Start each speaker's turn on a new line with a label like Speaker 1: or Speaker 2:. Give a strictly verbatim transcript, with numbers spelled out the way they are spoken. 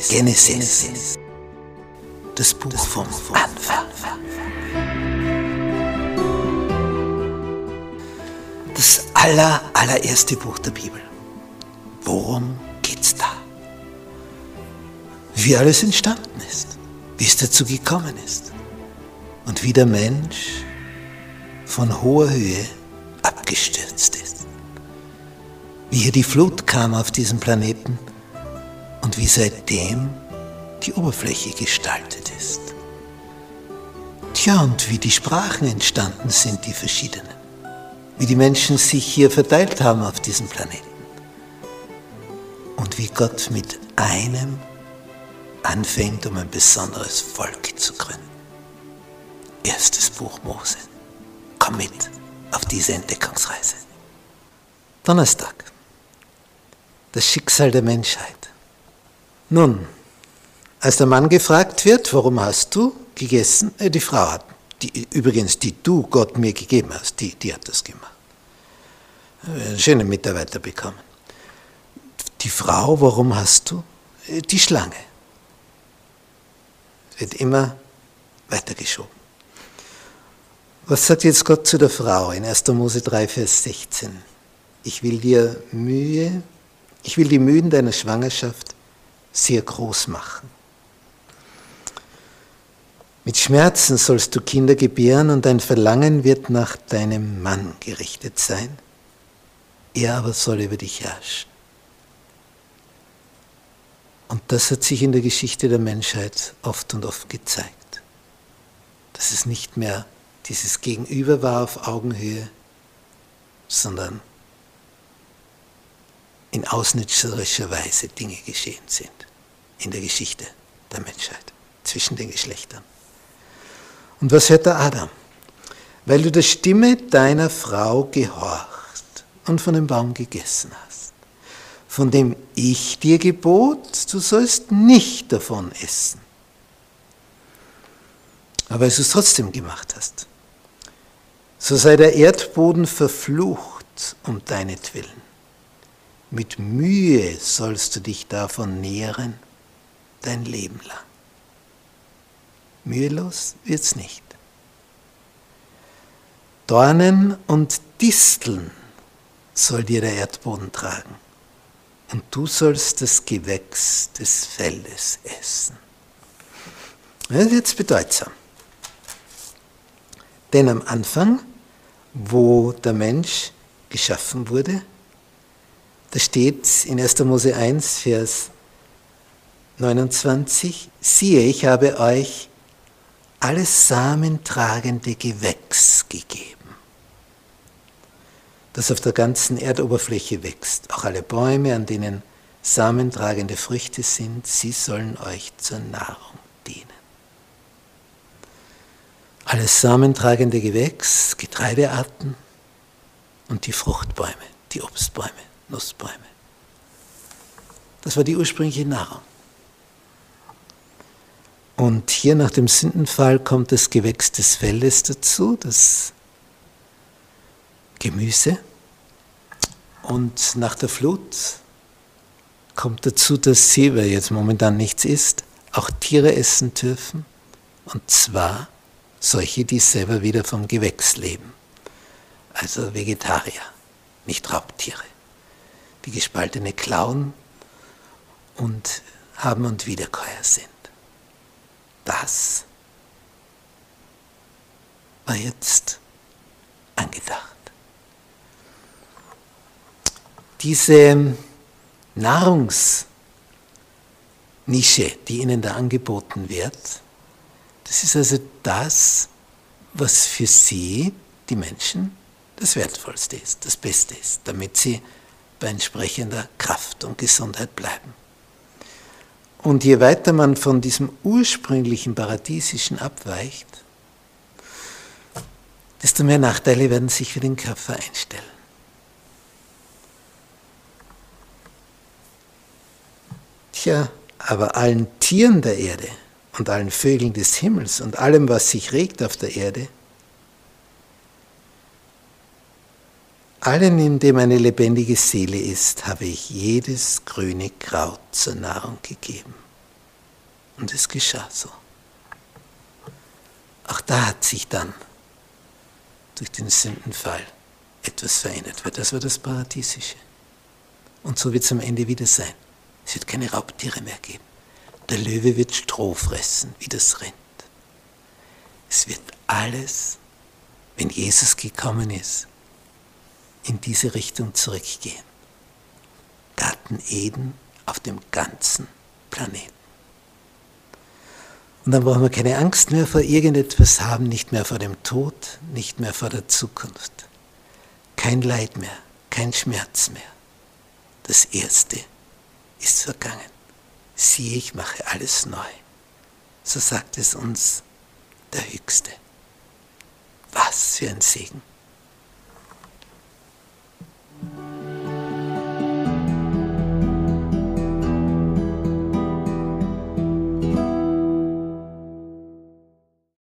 Speaker 1: Genesis, das Buch vom Anfang. Das aller, allererste Buch der Bibel. Worum geht's da? Wie alles entstanden ist, wie es dazu gekommen ist und wie der Mensch von hoher Höhe abgestürzt ist. Wie hier die Flut kam auf diesem Planeten und wie seitdem die Oberfläche gestaltet ist. Tja, und wie die Sprachen entstanden sind, die verschiedenen. Wie die Menschen sich hier verteilt haben auf diesem Planeten. Und wie Gott mit einem anfängt, um ein besonderes Volk zu gründen. Erstes Buch Mose. Komm mit auf diese Entdeckungsreise. Donnerstag. Das Schicksal der Menschheit. Nun, als der Mann gefragt wird, warum hast du gegessen? Äh, die Frau hat, die, übrigens, die du Gott mir gegeben hast, die, die hat das gemacht. Einen schönen Mitarbeiter bekommen. Die Frau, warum hast du? Äh, die Schlange. Wird immer weitergeschoben. Was sagt jetzt Gott zu der Frau in erster Mose drei, Vers sechzehn? Ich will dir Mühe, ich will die Mühen deiner Schwangerschaft sehr groß machen. Mit Schmerzen sollst du Kinder gebären und dein Verlangen wird nach deinem Mann gerichtet sein. Er aber soll über dich herrschen. Und das hat sich in der Geschichte der Menschheit oft und oft gezeigt. Dass es nicht mehr dieses Gegenüber war auf Augenhöhe, sondern in ausnützerischer Weise Dinge geschehen sind in der Geschichte der Menschheit, zwischen den Geschlechtern. Und was hört der Adam? Weil du der Stimme deiner Frau gehorcht und von dem Baum gegessen hast, von dem ich dir gebot, du sollst nicht davon essen. Aber weil du es trotzdem gemacht hast, so sei der Erdboden verflucht um deinetwillen. Mit Mühe sollst du dich davon nähren, dein Leben lang. Mühelos wird's nicht. Dornen und Disteln soll dir der Erdboden tragen, und du sollst das Gewächs des Feldes essen. Das ist jetzt bedeutsam. Denn am Anfang, wo der Mensch geschaffen wurde, da steht in erster Mose eins, Vers neunundzwanzig, siehe, ich habe euch alles samentragende Gewächs gegeben, das auf der ganzen Erdoberfläche wächst. Auch alle Bäume, an denen samentragende Früchte sind, sie sollen euch zur Nahrung dienen. Alles samentragende Gewächs, Getreidearten und die Fruchtbäume, die Obstbäume, Nussbäume. Das war die ursprüngliche Nahrung. Und hier nach dem Sündenfall kommt das Gewächs des Feldes dazu, das Gemüse. Und nach der Flut kommt dazu, dass sie, weil jetzt momentan nichts ist, auch Tiere essen dürfen. Und zwar solche, die selber wieder vom Gewächs leben. Also Vegetarier, nicht Raubtiere, die gespaltene Klauen und haben und Wiederkäuer sind. Das war jetzt angedacht. Diese Nahrungsnische, die ihnen da angeboten wird, das ist also das, was für sie, die Menschen, das Wertvollste ist, das Beste ist, damit sie bei entsprechender Kraft und Gesundheit bleiben. Und je weiter man von diesem ursprünglichen Paradiesischen abweicht, desto mehr Nachteile werden sich für den Körper einstellen. Tja, aber allen Tieren der Erde und allen Vögeln des Himmels und allem, was sich regt auf der Erde, allen, in dem eine lebendige Seele ist, habe ich jedes grüne Kraut zur Nahrung gegeben. Und es geschah so. Auch da hat sich dann durch den Sündenfall etwas verändert, weil das war das Paradiesische. Und so wird es am Ende wieder sein. Es wird keine Raubtiere mehr geben. Der Löwe wird Stroh fressen, wie das Rind. Es wird alles, wenn Jesus gekommen ist, in diese Richtung zurückgehen. Garten Eden auf dem ganzen Planeten. Und dann brauchen wir keine Angst mehr vor irgendetwas haben, nicht mehr vor dem Tod, nicht mehr vor der Zukunft. Kein Leid mehr, kein Schmerz mehr. Das Erste ist vergangen. Siehe, ich mache alles neu. So sagt es uns der Höchste. Was für ein Segen.